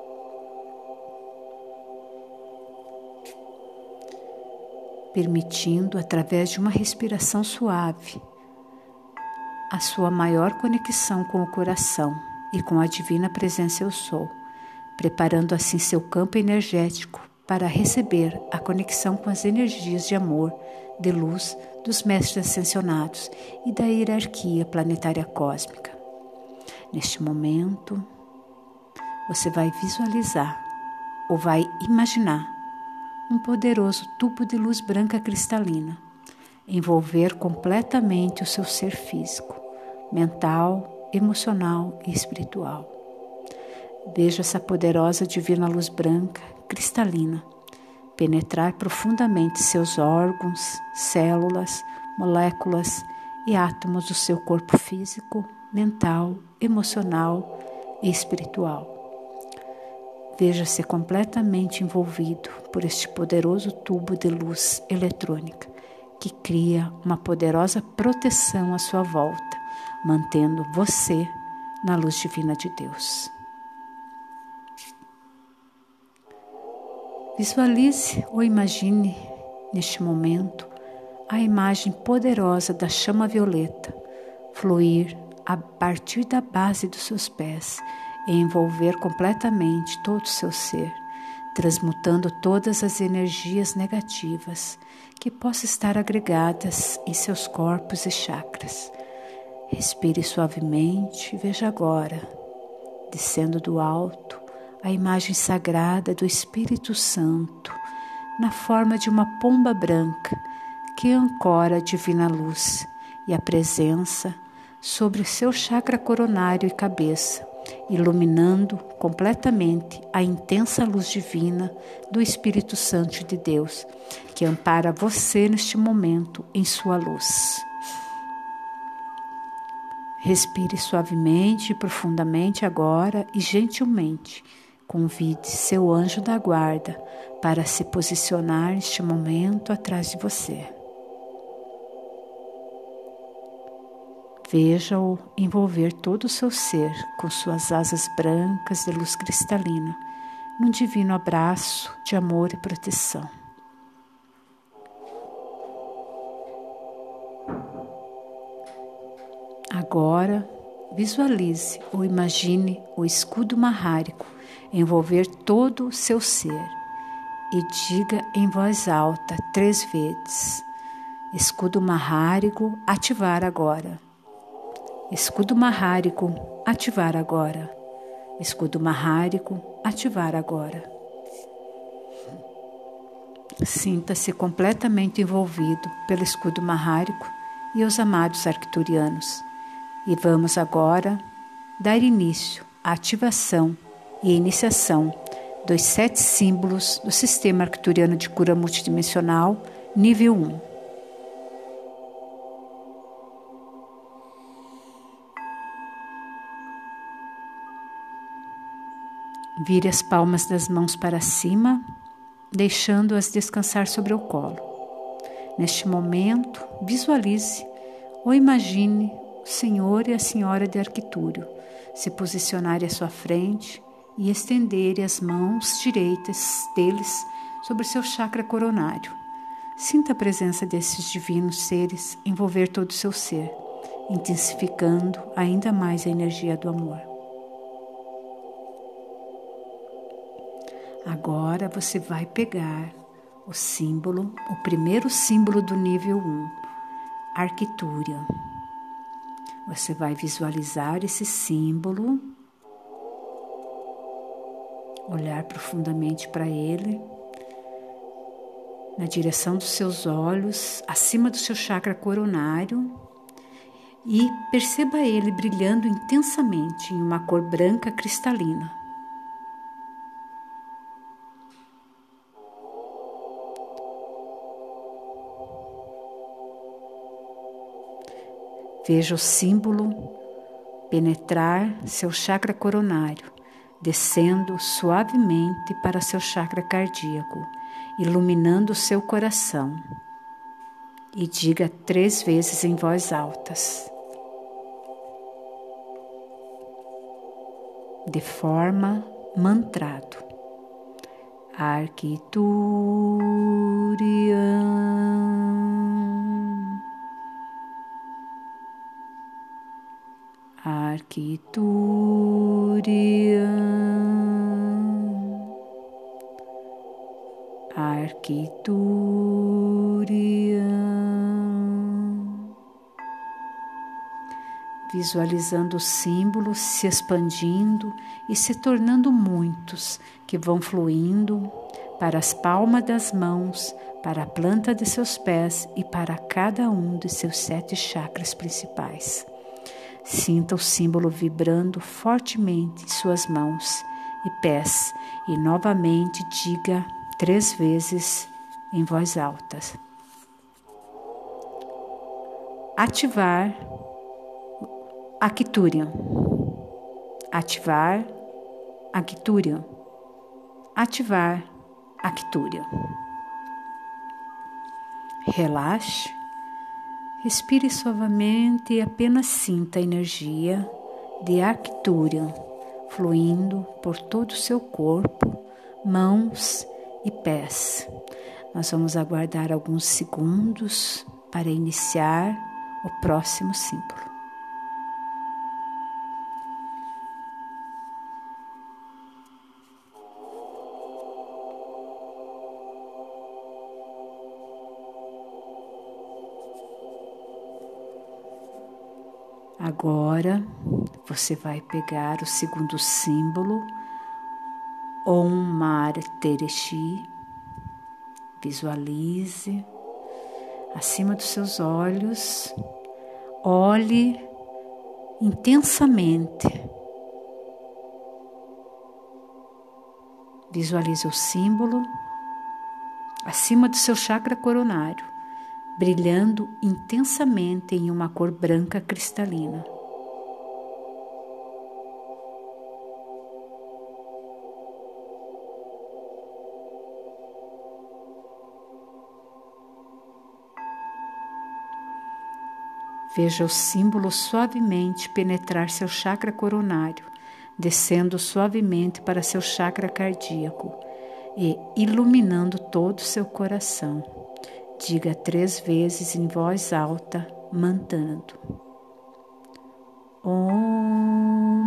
Permitindo, através de uma respiração suave, a sua maior conexão com o coração e com a divina presença Eu Sou, preparando assim seu campo energético para receber a conexão com as energias de amor, de luz dos mestres ascensionados e da hierarquia planetária cósmica. Neste momento, você vai visualizar ou vai imaginar um poderoso tubo de luz branca cristalina envolver completamente o seu ser físico, mental, emocional e espiritual. Veja essa poderosa divina luz branca cristalina penetrar profundamente seus órgãos, células, moléculas e átomos do seu corpo físico, mental, emocional e espiritual. Veja-se completamente envolvido por este poderoso tubo de luz eletrônica que cria uma poderosa proteção à sua volta, mantendo você na luz divina de Deus. Visualize ou imagine, neste momento, a imagem poderosa da chama violeta fluir a partir da base dos seus pés e envolver completamente todo o seu ser, transmutando todas as energias negativas que possam estar agregadas em seus corpos e chakras. Respire suavemente e veja agora, descendo do alto, a imagem sagrada do Espírito Santo, na forma de uma pomba branca que ancora a divina luz e a presença sobre seu chakra coronário e cabeça, iluminando completamente a intensa luz divina do Espírito Santo de Deus, que ampara você neste momento em sua luz. Respire suavemente e profundamente agora e gentilmente convide seu anjo da guarda para se posicionar neste momento atrás de você. Veja-o envolver todo o seu ser com suas asas brancas de luz cristalina, num divino abraço de amor e proteção. Agora, visualize ou imagine o escudo marrárico envolver todo o seu ser e diga em voz alta 3 vezes: escudo marrárico, ativar agora. Escudo marrárico, ativar agora. Escudo marrárico, ativar agora. Sinta-se completamente envolvido pelo escudo marrárico e os amados arcturianos. E vamos agora dar início à ativação e iniciação dos 7 símbolos do Sistema Arcturiano de Cura Multidimensional, nível 1. Vire as palmas das mãos para cima, deixando-as descansar sobre o colo. Neste momento, visualize ou imagine o Senhor e a Senhora de Arctúrio se posicionarem à sua frente e estenderem as mãos direitas deles sobre seu chakra coronário. Sinta a presença desses divinos seres envolver todo o seu ser, intensificando ainda mais a energia do amor. Agora você vai pegar o símbolo, o primeiro símbolo do nível 1, Arcturian. Você vai visualizar esse símbolo, olhar profundamente para ele, na direção dos seus olhos, acima do seu chakra coronário, e perceba ele brilhando intensamente em uma cor branca cristalina. Veja o símbolo penetrar seu chakra coronário, descendo suavemente para seu chakra cardíaco, iluminando seu coração. E diga 3 vezes em voz alta, de forma mantrado: Arquituriam, Arquituriam, Arquituriam. Visualizando os símbolos se expandindo e se tornando muitos, que vão fluindo para as palmas das mãos, para a planta de seus pés e para cada um de seus 7 chakras principais. Sinta o símbolo vibrando fortemente em suas mãos e pés e novamente diga 3 vezes em voz alta: ativar Arquituriam, ativar Arquituriam, ativar Arquituriam. Relaxe, respire suavemente e apenas sinta a energia de Arquituriam fluindo por todo o seu corpo, mãos e pés. Nós vamos aguardar alguns segundos para iniciar o próximo símbolo. Agora, você vai pegar o segundo símbolo, Om Mare Tereshi. Visualize acima dos seus olhos, olhe intensamente. Visualize o símbolo acima do seu chakra coronário, brilhando intensamente em uma cor branca cristalina. Veja o símbolo suavemente penetrar seu chakra coronário, descendo suavemente para seu chakra cardíaco e iluminando todo o seu coração. Diga 3 vezes em voz alta, mantando: Om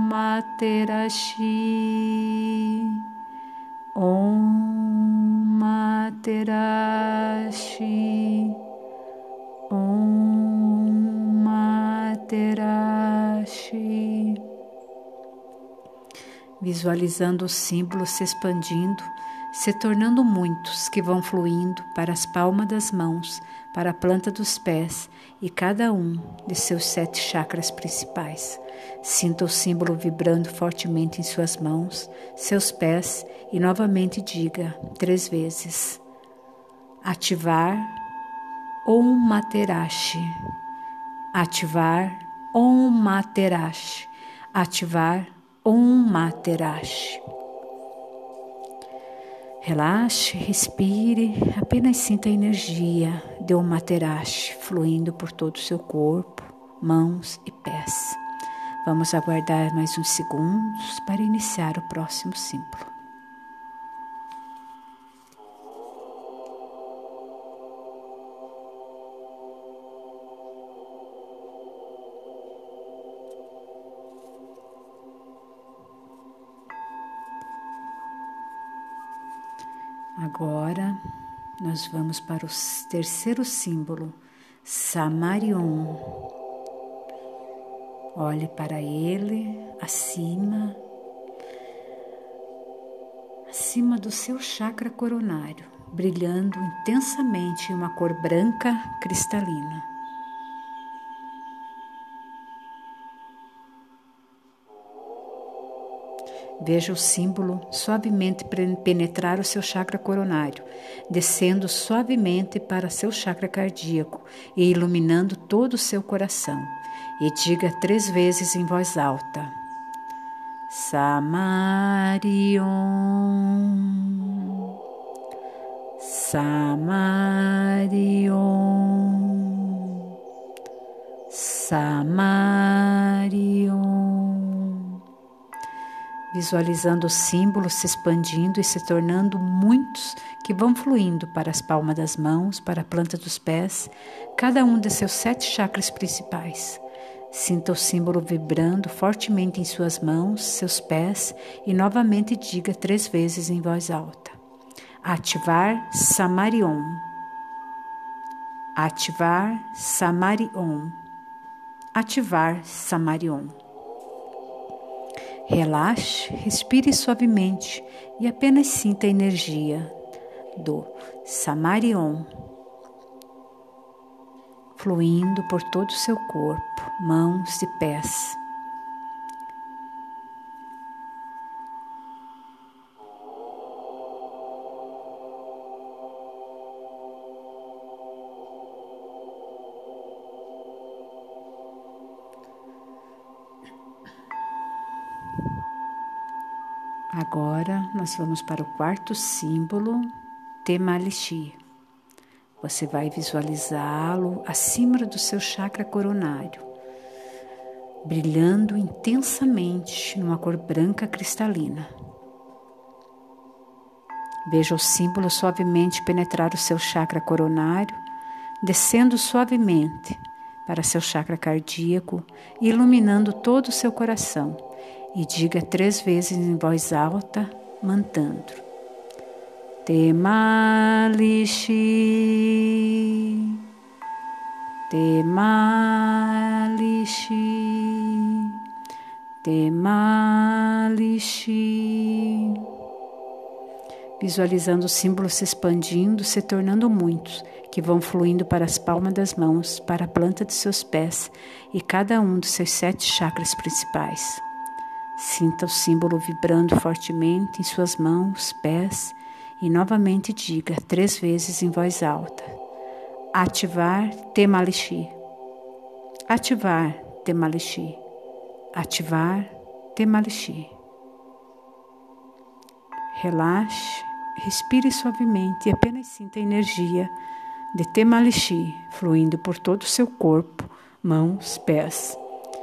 Materashi, Om Materashi, Om Materashi. Visualizando o símbolo se expandindo, se tornando muitos, que vão fluindo para as palmas das mãos, para a planta dos pés e cada um de seus 7 chakras principais. Sinta o símbolo vibrando fortemente em suas mãos, seus pés e novamente diga 3 vezes: ativar Om Materashi, ativar Om Materashi, ativar Om Materashi. Relaxe, respire, apenas sinta a energia de Om Materashi fluindo por todo o seu corpo, mãos e pés. Vamos aguardar mais uns segundos para iniciar o próximo símbolo. Agora, nós vamos para o terceiro símbolo, Samarion. Olhe para ele, acima do seu chakra coronário, brilhando intensamente em uma cor branca cristalina. Veja o símbolo suavemente penetrar o seu chakra coronário, descendo suavemente para seu chakra cardíaco e iluminando todo o seu coração. E diga 3 vezes em voz alta: Samarion, Samarion, Samarion. Visualizando o símbolo se expandindo e se tornando muitos que vão fluindo para as palmas das mãos, para a planta dos pés, cada um de seus 7 chakras principais. Sinta o símbolo vibrando fortemente em suas mãos, seus pés e novamente diga 3 vezes em voz alta: ativar Samarion, ativar Samarion, ativar Samarion. Relaxe, respire suavemente e apenas sinta a energia do Samarion fluindo por todo o seu corpo, mãos e pés. Agora nós vamos para o 4º símbolo, Temalishi. Você vai visualizá-lo acima do seu chakra coronário, brilhando intensamente numa cor branca cristalina. Veja o símbolo suavemente penetrar o seu chakra coronário, descendo suavemente para seu chakra cardíaco e iluminando todo o seu coração. E diga 3 vezes em voz alta, mantrando: Temalishi, Temalishi, Temalishi. Visualizando o símbolo se expandindo, se tornando muitos, que vão fluindo para as palmas das mãos, para a planta de seus pés e cada um dos seus 7 chakras principais. Sinta o símbolo vibrando fortemente em suas mãos, pés e novamente diga 3 vezes em voz alta: ativar Temalishi, ativar Temalishi, ativar Temalishi. Relaxe, respire suavemente e apenas sinta a energia de Temalishi fluindo por todo o seu corpo, mãos, pés.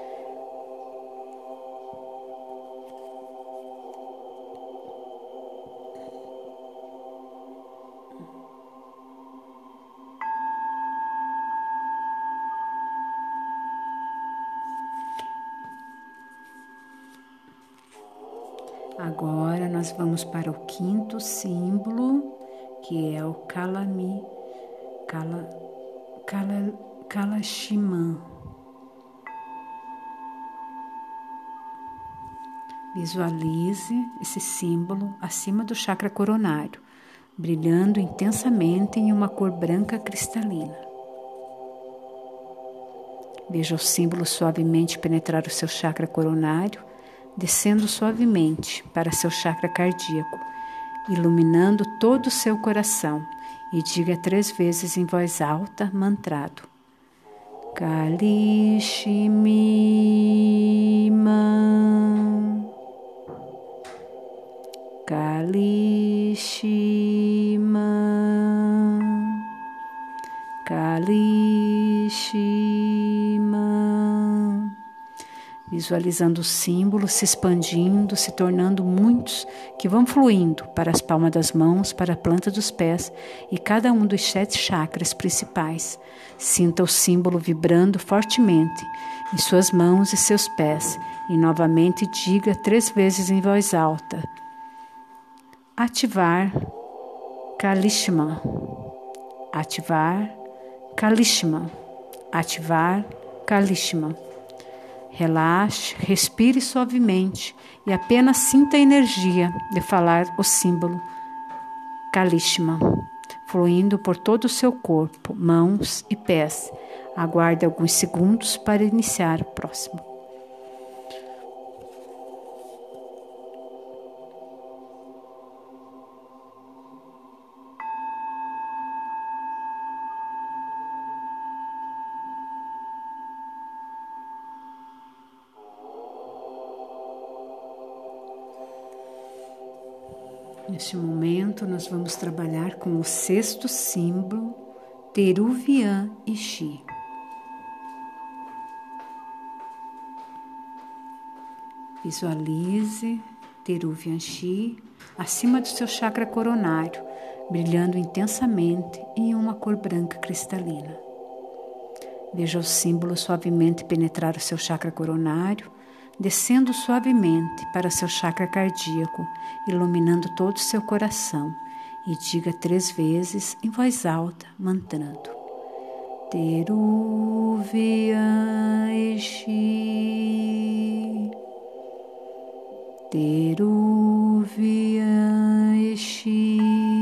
Agora nós vamos para o 5º símbolo, que é o Kalashiman. Visualize esse símbolo acima do chakra coronário, brilhando intensamente em uma cor branca cristalina. Veja o símbolo suavemente penetrar o seu chakra coronário, descendo suavemente para seu chakra cardíaco, iluminando todo o seu coração, e diga 3 vezes em voz alta, mantrado: Kalishima, Kalishima, Kalishima. Visualizando o símbolo se expandindo, se tornando muitos que vão fluindo para as palmas das mãos, para a planta dos pés e cada um dos 7 chakras principais. Sinta o símbolo vibrando fortemente em suas mãos e seus pés e novamente diga 3 vezes em voz alta: ativar Kalishma, ativar Kalishma, ativar Kalishma. Relaxe, respire suavemente e apenas sinta a energia de falar o símbolo Kalishma, fluindo por todo o seu corpo, mãos e pés. Aguarde alguns segundos para iniciar o próximo. Neste momento, nós vamos trabalhar com o sexto símbolo, Teruvian Ishi. Visualize Teruvian Ishi acima do seu chakra coronário, brilhando intensamente em uma cor branca cristalina. Veja o símbolo suavemente penetrar o seu chakra coronário, descendo suavemente para seu chakra cardíaco, iluminando todo o seu coração, e diga 3 vezes em voz alta, mantrando: Teruvian Ishi, Teruvian Ishi,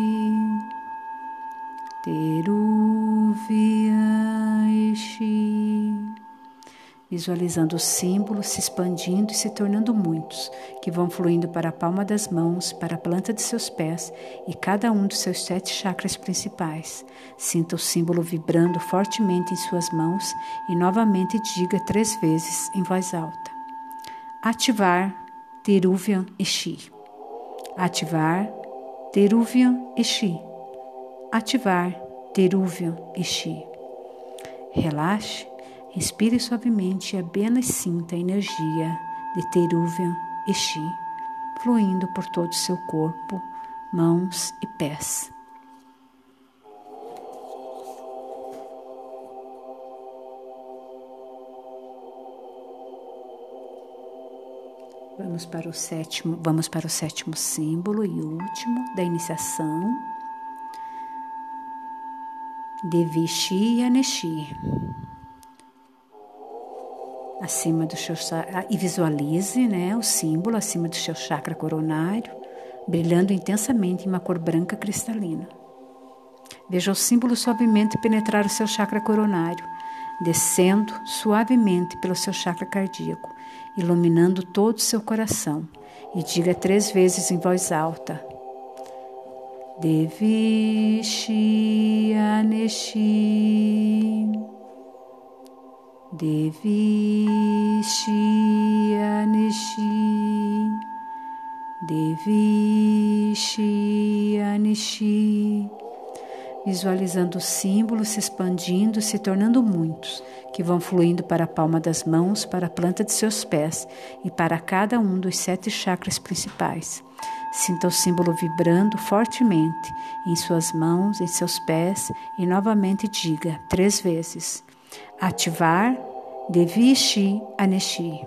Teruvian Ishi. Visualizando o símbolo se expandindo e se tornando muitos, que vão fluindo para a palma das mãos, para a planta de seus pés e cada um dos seus 7 chakras principais. Sinta o símbolo vibrando fortemente em suas mãos e novamente diga 3 vezes em voz alta: ativar Teruvian Ishi. Ativar Teruvian Ishi. Ativar Teruvian Ishi. Relaxe. Respire suavemente e apenas sinta a energia de Teruvian Ishi fluindo por todo o seu corpo, mãos e pés. Vamos para o sétimo símbolo e último da iniciação, Devishi Aneshi. Acima do seu chakra, e visualize, o símbolo acima do seu chakra coronário, brilhando intensamente em uma cor branca cristalina. Veja o símbolo suavemente penetrar o seu chakra coronário, descendo suavemente pelo seu chakra cardíaco, iluminando todo o seu coração, e diga 3 vezes em voz alta: Devishi Aneshi. Devishi Aneshi, Devishi Aneshi. Visualizando o símbolo se expandindo, se tornando muitos, que vão fluindo para a palma das mãos, para a planta de seus pés e para cada um dos 7 chakras principais. Sinta o símbolo vibrando fortemente em suas mãos, em seus pés e novamente diga 3 vezes: ativar Devishi Aneshi.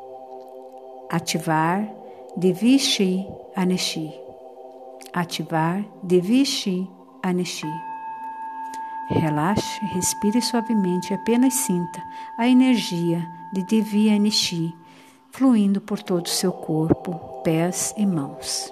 Ativar Devishi Aneshi. Ativar Devishi Aneshi. Relaxe, respire suavemente e apenas sinta a energia de Devi Aneshi fluindo por todo o seu corpo, pés e mãos.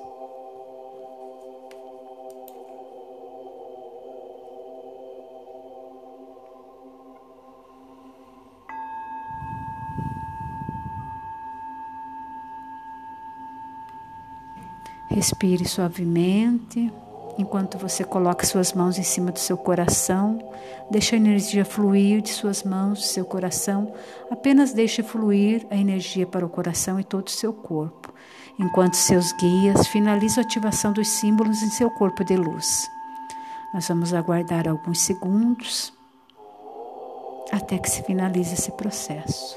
Respire suavemente, enquanto você coloca suas mãos em cima do seu coração. Deixe a energia fluir de suas mãos, do seu coração. Apenas deixe fluir a energia para o coração e todo o seu corpo, enquanto seus guias finalizam a ativação dos símbolos em seu corpo de luz. Nós vamos aguardar alguns segundos até que se finalize esse processo.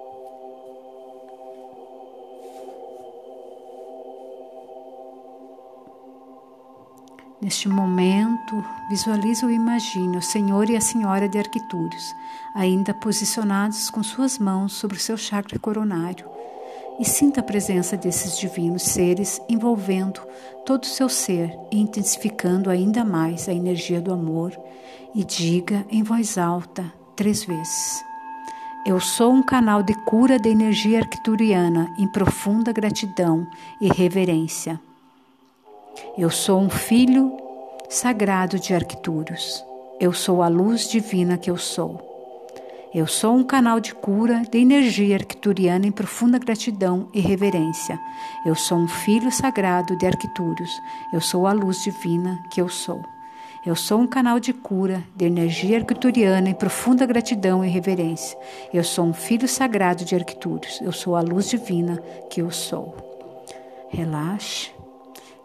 Neste momento, visualize ou imagine o Senhor e a Senhora de Arquitúrios, ainda posicionados com suas mãos sobre o seu chakra coronário, e sinta a presença desses divinos seres envolvendo todo o seu ser e intensificando ainda mais a energia do amor, e diga em voz alta 3 vezes: eu sou um canal de cura da energia arcturiana em profunda gratidão e reverência. Eu sou um filho sagrado de Arctúrios. Eu sou a luz divina que eu sou. Eu sou um canal de cura de energia arcturiana em profunda gratidão e reverência. Eu sou um filho sagrado de Arctúrios. Eu sou a luz divina que eu sou. Eu sou um canal de cura de energia arcturiana em profunda gratidão e reverência. Eu sou um filho sagrado de Arctúrios. Eu sou a luz divina que eu sou. Relaxe.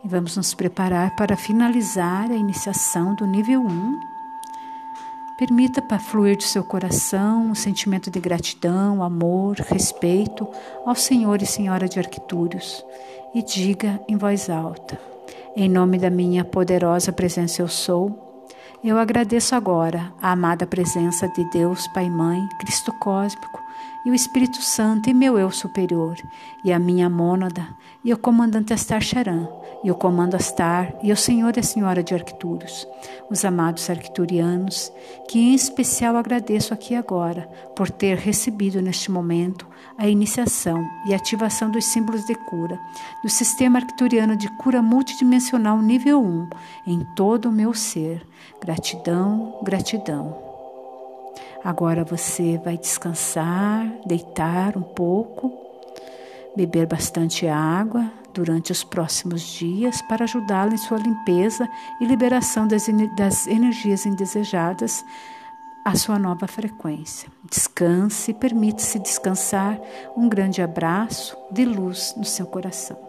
E vamos nos preparar para finalizar a iniciação do nível 1. Permita para fluir do seu coração um sentimento de gratidão, amor, respeito ao Senhor e Senhora de Arctúrios e diga em voz alta: em nome da minha poderosa presença eu sou, eu agradeço agora a amada presença de Deus Pai e Mãe, Cristo Cósmico e o Espírito Santo e meu eu superior, e a minha mônada, e o comandante Astar Charan, e o comando Astar, e o Senhor e a Senhora de Arctúrios, os amados arcturianos, que em especial agradeço aqui agora por ter recebido neste momento a iniciação e ativação dos símbolos de cura, do sistema arcturiano de cura multidimensional nível 1, em todo o meu ser. Gratidão, gratidão. Agora você vai descansar, deitar um pouco, beber bastante água durante os próximos dias para ajudá-lo em sua limpeza e liberação das energias indesejadas à sua nova frequência. Descanse, permita-se descansar. Um grande abraço de luz no seu coração.